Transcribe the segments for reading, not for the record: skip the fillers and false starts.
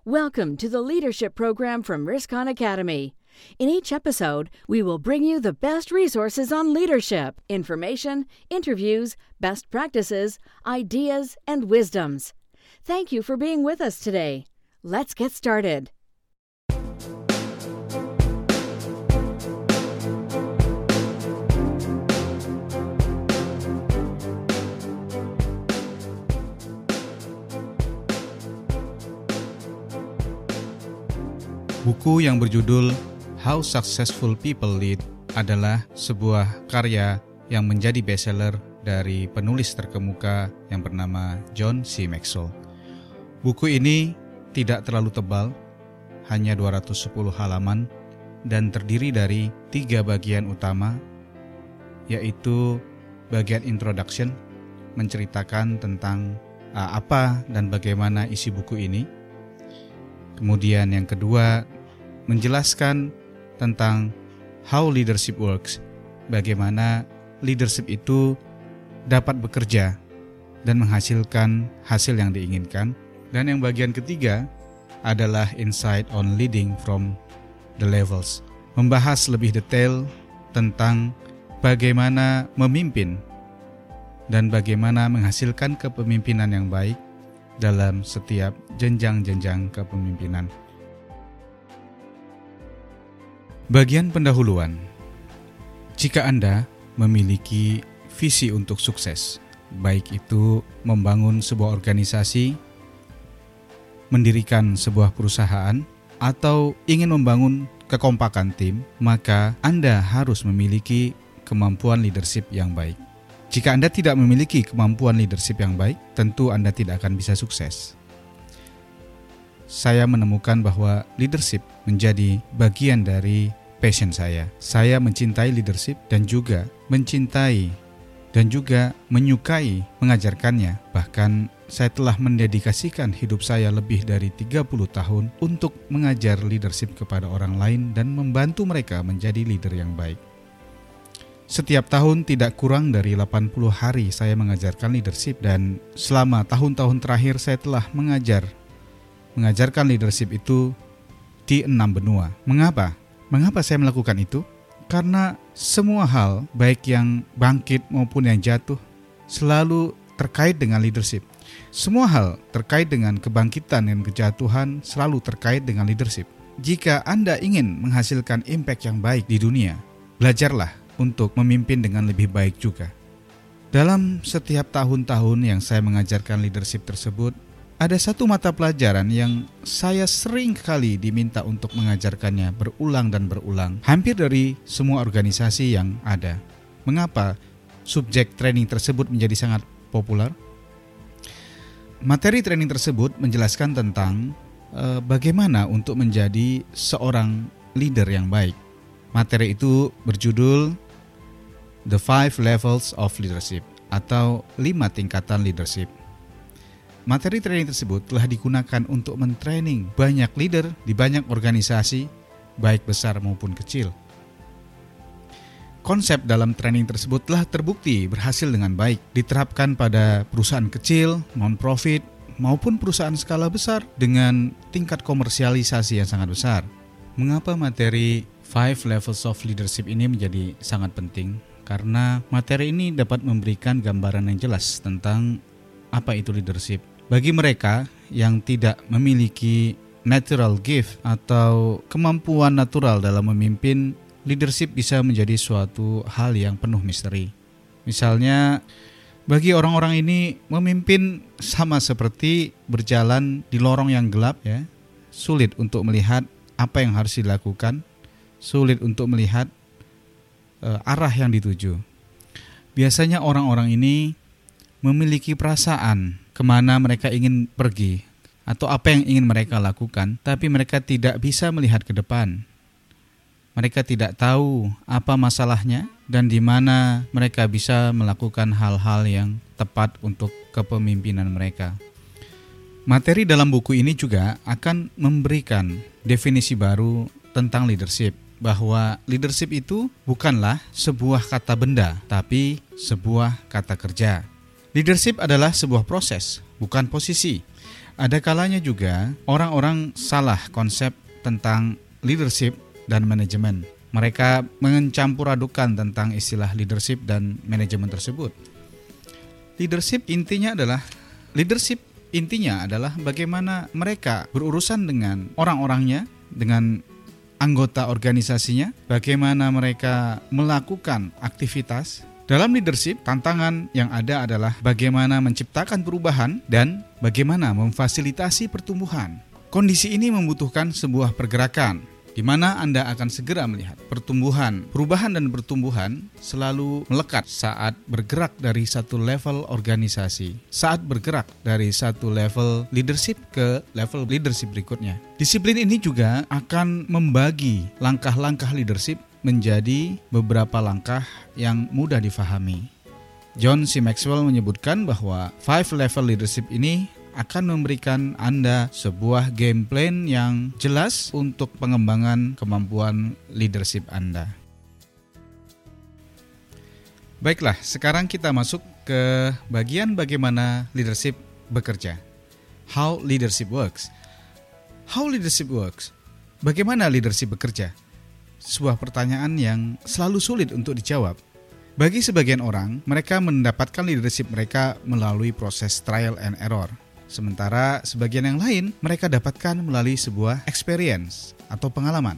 Welcome to the leadership program from Riskon Academy. In each episode, we will bring you the best resources on leadership, information, interviews, best practices, ideas, and wisdoms. Thank you for being with us today. Let's get started. Buku yang berjudul How Successful People Lead adalah sebuah karya yang menjadi bestseller dari penulis terkemuka yang bernama John C. Maxwell. Buku ini tidak terlalu tebal, hanya 210 halaman dan terdiri dari 3 bagian utama, yaitu bagian introduction, menceritakan tentang apa dan bagaimana isi buku ini. Kemudian yang kedua, menjelaskan tentang how leadership works, bagaimana leadership itu dapat bekerja dan menghasilkan hasil yang diinginkan. Dan yang bagian ketiga adalah insight on leading from the levels, membahas lebih detail tentang bagaimana memimpin dan bagaimana menghasilkan kepemimpinan yang baik dalam setiap jenjang-jenjang kepemimpinan. Bagian pendahuluan. Jika Anda memiliki visi untuk sukses, baik itu membangun sebuah organisasi, mendirikan sebuah perusahaan, atau ingin membangun kekompakan tim, maka Anda harus memiliki kemampuan leadership yang baik. Jika Anda tidak memiliki kemampuan leadership yang baik, tentu Anda tidak akan bisa sukses. Saya menemukan bahwa leadership menjadi bagian dari passion saya. Saya mencintai leadership dan juga menyukai mengajarkannya. Bahkan saya telah mendedikasikan hidup saya lebih dari 30 tahun untuk mengajar leadership kepada orang lain dan membantu mereka menjadi leader yang baik. Setiap tahun tidak kurang dari 80 hari saya mengajarkan leadership, dan selama tahun-tahun terakhir saya telah mengajarkan leadership itu di 6 benua. Mengapa? Mengapa saya melakukan itu? Karena semua hal, baik yang bangkit maupun yang jatuh, selalu terkait dengan leadership. Semua hal terkait dengan kebangkitan dan kejatuhan selalu terkait dengan leadership. Jika Anda ingin menghasilkan impact yang baik di dunia, belajarlah untuk memimpin dengan lebih baik juga. Dalam setiap tahun-tahun yang saya mengajarkan leadership tersebut, ada satu mata pelajaran yang saya sering kali diminta untuk mengajarkannya berulang dan berulang, hampir dari semua organisasi yang ada. Mengapa subjek training tersebut menjadi sangat populer? Materi training tersebut menjelaskan tentang bagaimana untuk menjadi seorang leader yang baik. Materi itu berjudul The 5 Levels of Leadership atau 5 tingkatan leadership. Materi training tersebut telah digunakan untuk mentraining banyak leader di banyak organisasi, baik besar maupun kecil. Konsep dalam training tersebut telah terbukti berhasil dengan baik, diterapkan pada perusahaan kecil, non-profit, maupun perusahaan skala besar dengan tingkat komersialisasi yang sangat besar. Mengapa materi 5 Levels of Leadership ini menjadi sangat penting? Karena materi ini dapat memberikan gambaran yang jelas tentang apa itu leadership. Bagi mereka yang tidak memiliki natural gift atau kemampuan natural dalam memimpin, leadership bisa menjadi suatu hal yang penuh misteri. Misalnya, bagi orang-orang ini memimpin sama seperti berjalan di lorong yang gelap, ya. Sulit untuk melihat apa yang harus dilakukan, sulit untuk melihat arah yang dituju. Biasanya orang-orang ini memiliki perasaan kemana mereka ingin pergi atau apa yang ingin mereka lakukan, tapi mereka tidak bisa melihat ke depan. Mereka tidak tahu apa masalahnya dan di mana mereka bisa melakukan hal-hal yang tepat untuk kepemimpinan mereka. Materi dalam buku ini juga akan memberikan definisi baru tentang leadership, bahwa leadership itu bukanlah sebuah kata benda, tapi sebuah kata kerja. Leadership adalah sebuah proses, bukan posisi. Ada kalanya juga orang-orang salah konsep tentang leadership dan manajemen. Mereka mencampur adukan tentang istilah leadership dan manajemen tersebut. Leadership intinya adalah bagaimana mereka berurusan dengan orang-orangnya, dengan anggota organisasinya, bagaimana mereka melakukan aktivitas. Dalam leadership, tantangan yang ada adalah bagaimana menciptakan perubahan dan bagaimana memfasilitasi pertumbuhan. Kondisi ini membutuhkan sebuah pergerakan, di mana Anda akan segera melihat perubahan dan pertumbuhan selalu melekat saat bergerak dari satu level organisasi, saat bergerak dari satu level leadership ke level leadership berikutnya. Disiplin ini juga akan membagi langkah-langkah leadership menjadi beberapa langkah yang mudah difahami. John C. Maxwell menyebutkan bahwa 5 level leadership ini akan memberikan Anda sebuah game plan yang jelas untuk pengembangan kemampuan leadership Anda. Baiklah, sekarang kita masuk ke bagian bagaimana leadership bekerja. How leadership works. How leadership works. Bagaimana leadership bekerja? Sebuah pertanyaan yang selalu sulit untuk dijawab. Bagi sebagian orang, mereka mendapatkan leadership mereka melalui proses trial and error. Sementara sebagian yang lain mereka dapatkan melalui sebuah experience atau pengalaman.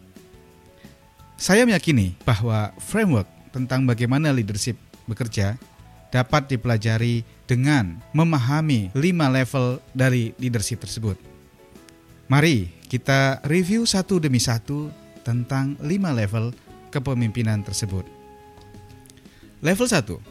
Saya meyakini bahwa framework tentang bagaimana leadership bekerja dapat dipelajari dengan memahami 5 level dari leadership tersebut. Mari kita review satu demi satu tentang 5 level kepemimpinan tersebut. Level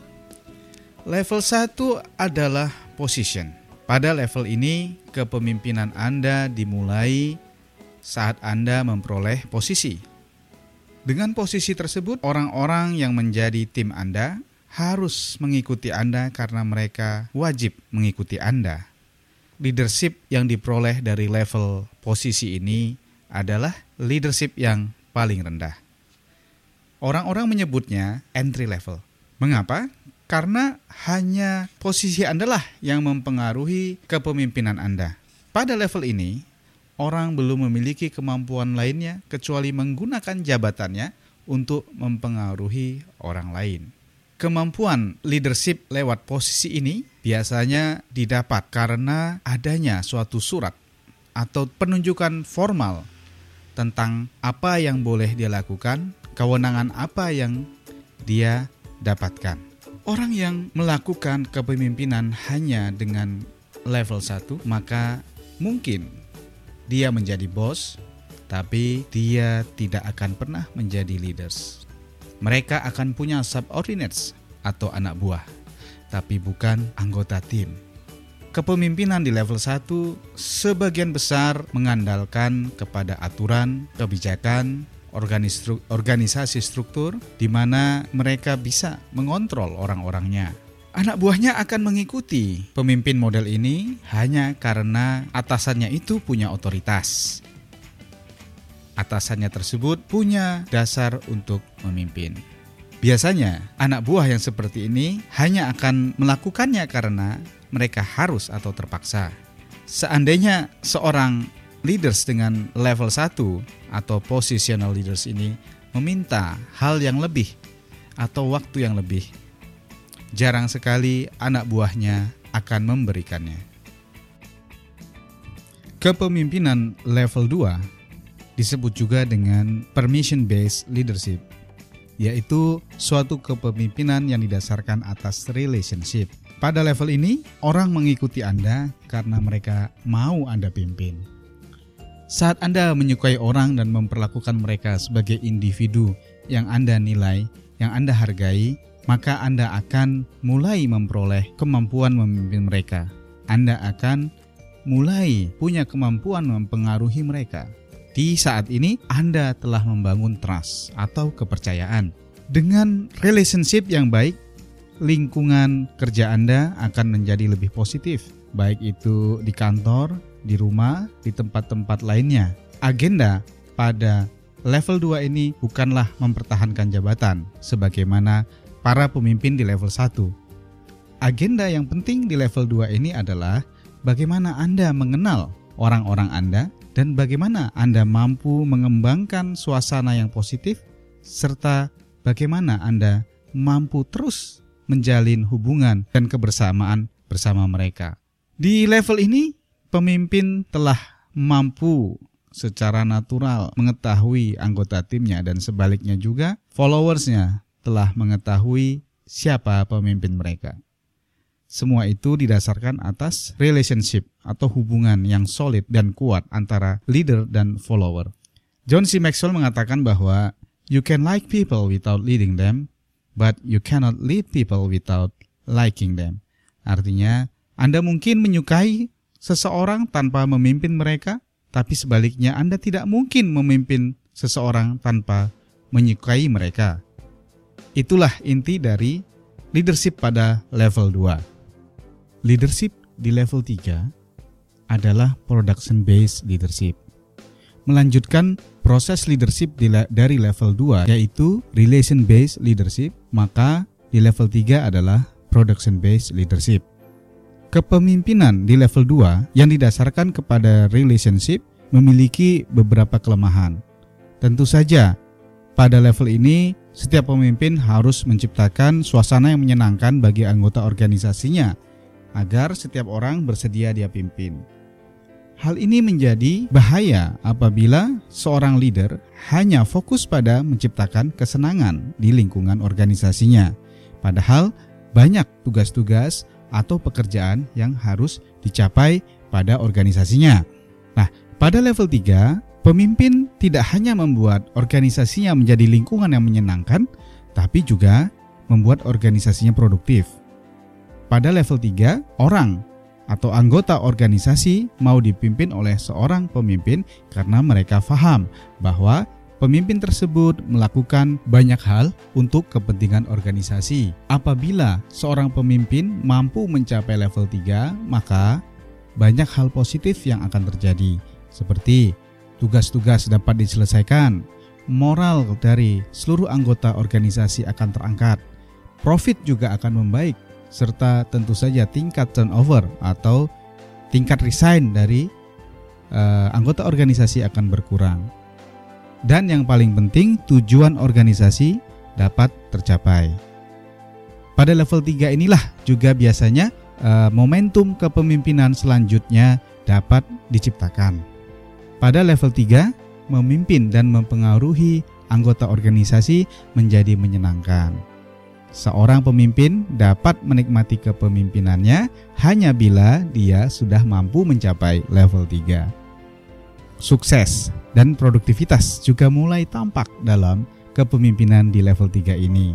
1. Level 1 adalah position. Pada level ini, kepemimpinan Anda dimulai saat Anda memperoleh posisi. Dengan posisi tersebut, orang-orang yang menjadi tim Anda harus mengikuti Anda karena mereka wajib mengikuti Anda. Leadership yang diperoleh dari level posisi ini adalah leadership yang paling rendah. Orang-orang menyebutnya entry level. Mengapa? Karena hanya posisi Anda lah yang mempengaruhi kepemimpinan Anda. Pada level ini, orang belum memiliki kemampuan lainnya kecuali menggunakan jabatannya untuk mempengaruhi orang lain. Kemampuan leadership lewat posisi ini biasanya didapat karena adanya suatu surat atau penunjukan formal tentang apa yang boleh dia lakukan, kewenangan apa yang dia dapatkan. Orang yang melakukan kepemimpinan hanya dengan level 1, maka mungkin dia menjadi bos, tapi dia tidak akan pernah menjadi leaders. Mereka akan punya subordinates atau anak buah, tapi bukan anggota tim. Kepemimpinan di level 1 sebagian besar mengandalkan kepada aturan, kebijakan, organisasi struktur di mana mereka bisa mengontrol orang-orangnya. Anak buahnya akan mengikuti pemimpin model ini hanya karena atasannya itu punya otoritas. Atasannya tersebut punya dasar untuk memimpin. Biasanya anak buah yang seperti ini hanya akan melakukannya karena mereka harus atau terpaksa. Seandainya seorang leaders dengan level 1 atau positional leaders ini meminta hal yang lebih atau waktu yang lebih, jarang sekali anak buahnya akan memberikannya. Kepemimpinan level 2 disebut juga dengan permission-based leadership, yaitu suatu kepemimpinan yang didasarkan atas relationship. Pada level ini, orang mengikuti Anda karena mereka mau Anda pimpin. Saat Anda menyukai orang dan memperlakukan mereka sebagai individu yang Anda nilai, yang Anda hargai, maka Anda akan mulai memperoleh kemampuan memimpin mereka. Anda akan mulai punya kemampuan mempengaruhi mereka. Di saat ini, Anda telah membangun trust atau kepercayaan. Dengan relationship yang baik, lingkungan kerja Anda akan menjadi lebih positif, baik itu di kantor, di rumah, di tempat-tempat lainnya. Agenda pada level 2 ini bukanlah mempertahankan jabatan sebagaimana para pemimpin di level 1. Agenda yang penting di level 2 ini adalah bagaimana Anda mengenal orang-orang Anda dan bagaimana Anda mampu mengembangkan suasana yang positif, serta bagaimana Anda mampu terus menjalin hubungan dan kebersamaan bersama mereka. Di level ini, pemimpin telah mampu secara natural mengetahui anggota timnya dan sebaliknya juga followersnya telah mengetahui siapa pemimpin mereka. Semua itu didasarkan atas relationship atau hubungan yang solid dan kuat antara leader dan follower. John C. Maxwell mengatakan bahwa you can like people without leading them, but you cannot lead people without liking them. Artinya, Anda mungkin menyukai seseorang tanpa memimpin mereka, tapi sebaliknya Anda tidak mungkin memimpin seseorang tanpa menyukai mereka. Itulah inti dari leadership pada level 2. Leadership di level 3 adalah production-based leadership. Melanjutkan proses leadership dari level 2 yaitu relation-based leadership, maka di level 3 adalah production-based leadership. Kepemimpinan di level 2 yang didasarkan kepada relationship memiliki beberapa kelemahan. Tentu saja, pada level ini setiap pemimpin harus menciptakan suasana yang menyenangkan bagi anggota organisasinya agar setiap orang bersedia dia pimpin. Hal ini menjadi bahaya apabila seorang leader hanya fokus pada menciptakan kesenangan di lingkungan organisasinya, padahal banyak tugas-tugas atau pekerjaan yang harus dicapai pada organisasinya. Nah, pada level 3, pemimpin tidak hanya membuat organisasinya menjadi lingkungan yang menyenangkan, tapi juga membuat organisasinya produktif. Pada level 3, orang atau anggota organisasi mau dipimpin oleh seorang pemimpin karena mereka paham bahwa pemimpin tersebut melakukan banyak hal untuk kepentingan organisasi. Apabila seorang pemimpin mampu mencapai level 3, maka banyak hal positif yang akan terjadi, seperti tugas-tugas dapat diselesaikan, moral dari seluruh anggota organisasi akan terangkat, profit juga akan membaik, serta tentu saja tingkat turnover atau tingkat resign dari anggota organisasi akan berkurang. Dan yang paling penting, tujuan organisasi dapat tercapai. Pada level 3 inilah juga biasanya momentum kepemimpinan selanjutnya dapat diciptakan. Pada level 3, memimpin dan mempengaruhi anggota organisasi menjadi menyenangkan. Seorang pemimpin dapat menikmati kepemimpinannya hanya bila dia sudah mampu mencapai level 3. Sukses dan produktivitas juga mulai tampak dalam kepemimpinan di level 3 ini.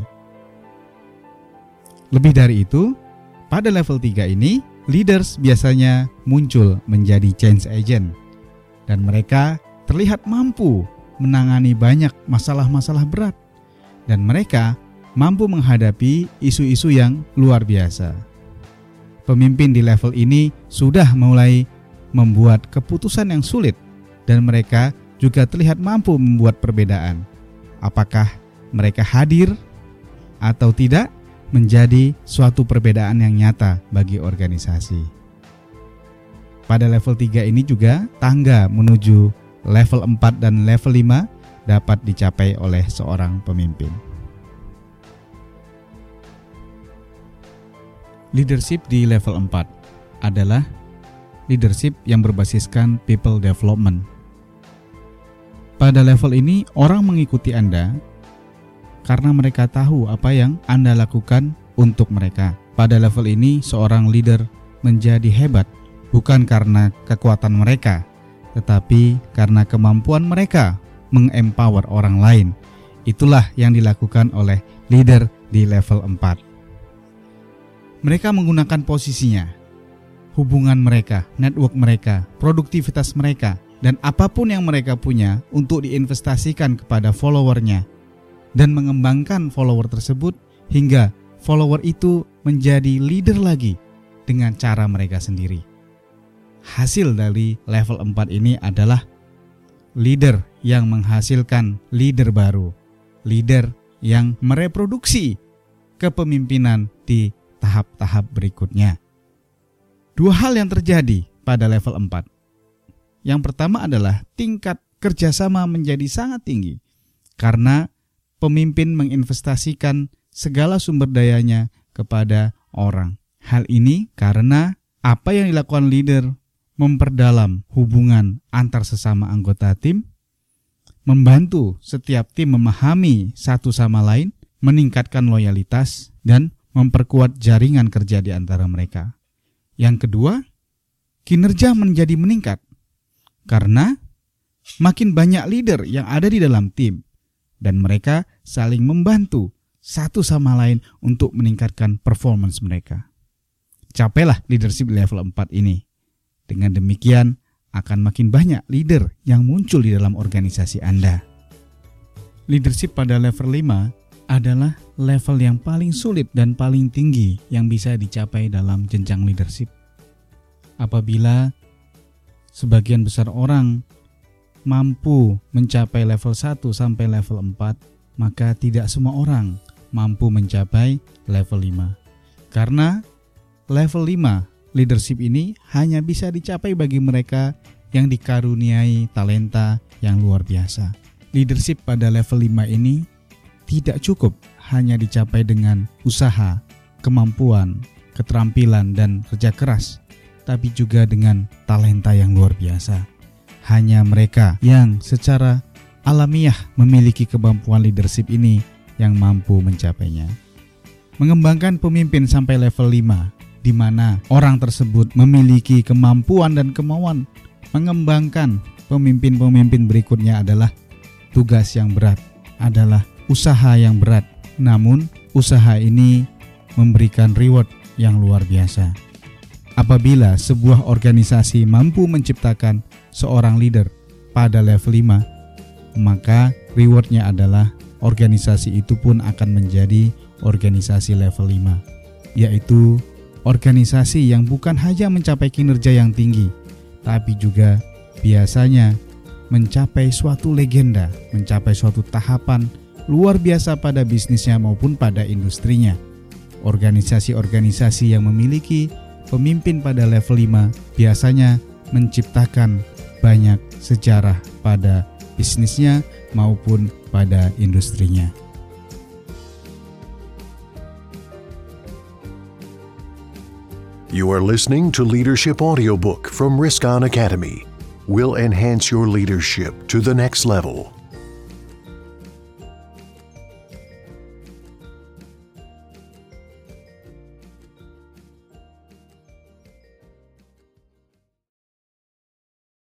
Lebih dari itu, pada level 3 ini, leaders biasanya muncul menjadi change agent dan mereka terlihat mampu menangani banyak masalah-masalah berat dan mereka mampu menghadapi isu-isu yang luar biasa. Pemimpin di level ini sudah mulai membuat keputusan yang sulit dan mereka juga terlihat mampu membuat perbedaan. Apakah mereka hadir atau tidak menjadi suatu perbedaan yang nyata bagi organisasi. Pada level 3 ini juga tangga menuju level 4 dan level 5 dapat dicapai oleh seorang pemimpin. Leadership di level 4 adalah leadership yang berbasiskan people development. Pada level ini, orang mengikuti Anda karena mereka tahu apa yang Anda lakukan untuk mereka. Pada level ini, seorang leader menjadi hebat bukan karena kekuatan mereka, tetapi karena kemampuan mereka mengempower orang lain. Itulah yang dilakukan oleh leader di level 4. Mereka menggunakan posisinya, hubungan mereka, network mereka, produktivitas mereka, dan apapun yang mereka punya untuk diinvestasikan kepada followernya dan mengembangkan follower tersebut hingga follower itu menjadi leader lagi dengan cara mereka sendiri. Hasil dari level 4 ini adalah leader yang menghasilkan leader baru, leader yang mereproduksi kepemimpinan di tahap-tahap berikutnya. Dua hal yang terjadi pada level 4. Yang pertama adalah tingkat kerjasama menjadi sangat tinggi karena pemimpin menginvestasikan segala sumber dayanya kepada orang. Hal ini karena apa yang dilakukan leader memperdalam hubungan antar sesama anggota tim, membantu setiap tim memahami satu sama lain, meningkatkan loyalitas, dan memperkuat jaringan kerja di antara mereka. Yang kedua, kinerja menjadi meningkat karena makin banyak leader yang ada di dalam tim dan mereka saling membantu satu sama lain untuk meningkatkan performance mereka. Capailah leadership level 4 ini. Dengan demikian, akan makin banyak leader yang muncul di dalam organisasi Anda. Leadership pada level 5 adalah level yang paling sulit dan paling tinggi yang bisa dicapai dalam jenjang leadership. Apabila sebagian besar orang mampu mencapai level 1 sampai level 4, maka tidak semua orang mampu mencapai level 5. Karena level 5 leadership ini hanya bisa dicapai bagi mereka yang dikaruniai talenta yang luar biasa. Leadership pada level 5 ini tidak cukup hanya dicapai dengan usaha, kemampuan, keterampilan, dan kerja keras, tapi juga dengan talenta yang luar biasa. Hanya mereka yang secara alamiah memiliki kemampuan leadership ini yang mampu mencapainya. Mengembangkan pemimpin sampai level 5, di mana orang tersebut memiliki kemampuan dan kemauan mengembangkan pemimpin-pemimpin berikutnya adalah tugas yang berat, adalah usaha yang berat. Namun, usaha ini memberikan reward yang luar biasa. Apabila sebuah organisasi mampu menciptakan seorang leader pada level 5, maka rewardnya adalah organisasi itu pun akan menjadi organisasi level 5, yaitu organisasi yang bukan hanya mencapai kinerja yang tinggi, tapi juga biasanya mencapai suatu legenda, mencapai suatu tahapan luar biasa pada bisnisnya maupun pada industrinya. Organisasi-organisasi yang memiliki pemimpin pada level 5 biasanya menciptakan banyak sejarah pada bisnisnya maupun pada industrinya. You are listening to Leadership Audiobook from Risk On Academy. We'll enhance your leadership to the next level.